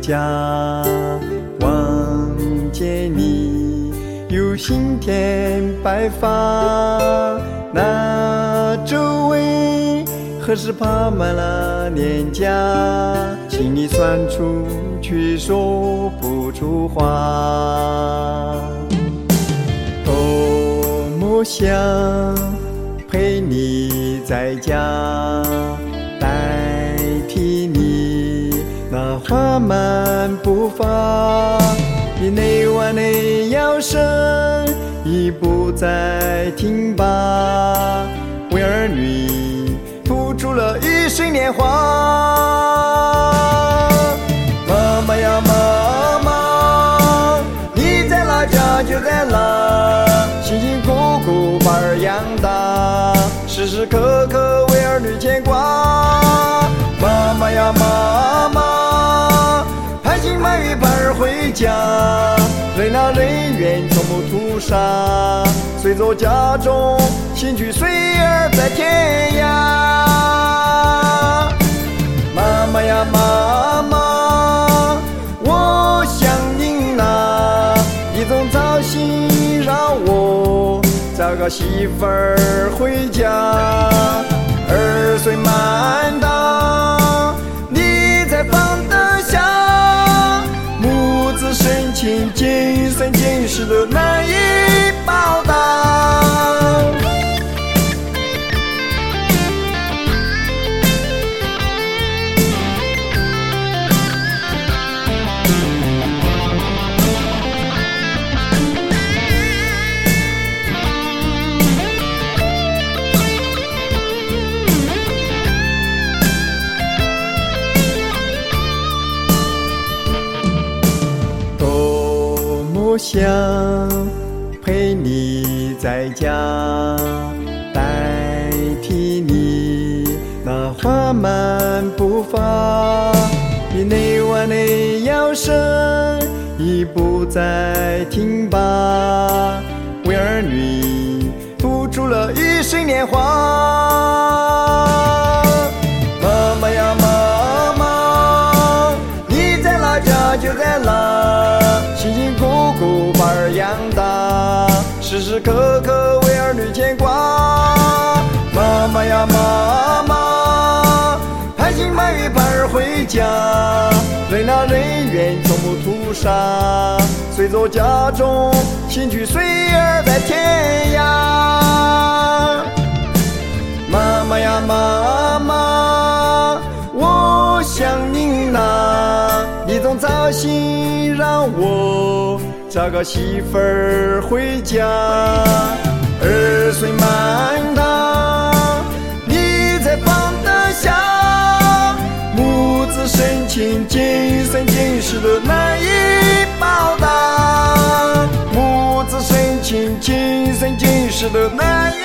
家，望见你有新添白发，那周围何时爬满了年假，请你算出去说不出话。多么想陪你在家，代替你那缓慢步伐，你那晚的摇声已不再听罢，为儿女付出了一生年华。妈妈呀妈妈，你在哪家就在哪，辛辛苦苦把儿养大，时时刻刻为儿女牵挂。妈妈呀妈妈，盼星盼月盼儿回家，人老人怨从不屠杀，随着家中心去随儿在天涯。妈妈呀妈妈，我想您啊，你总操心让我找个媳妇儿回家。儿孙满堂，你才放得下，母子深情今生今世都难以报答。多想陪你在家，代替你那缓慢步伐，你那晚的摇声已不再听罢，为儿女付出了一生年华。妈妈呀妈妈，你在哪家就在哪，辛辛苦苦把儿养大，时时刻刻为儿女牵挂。妈妈呀妈妈，盼星盼月盼儿回家，人老人怨从不屠杀，随着家中心去随儿在天涯。妈妈呀妈妈，我想您啊，你总操心让我找个媳妇儿回家。儿孙满堂，你才放得下，母子深情今生今世都难以报答，母子深情今生今世都难以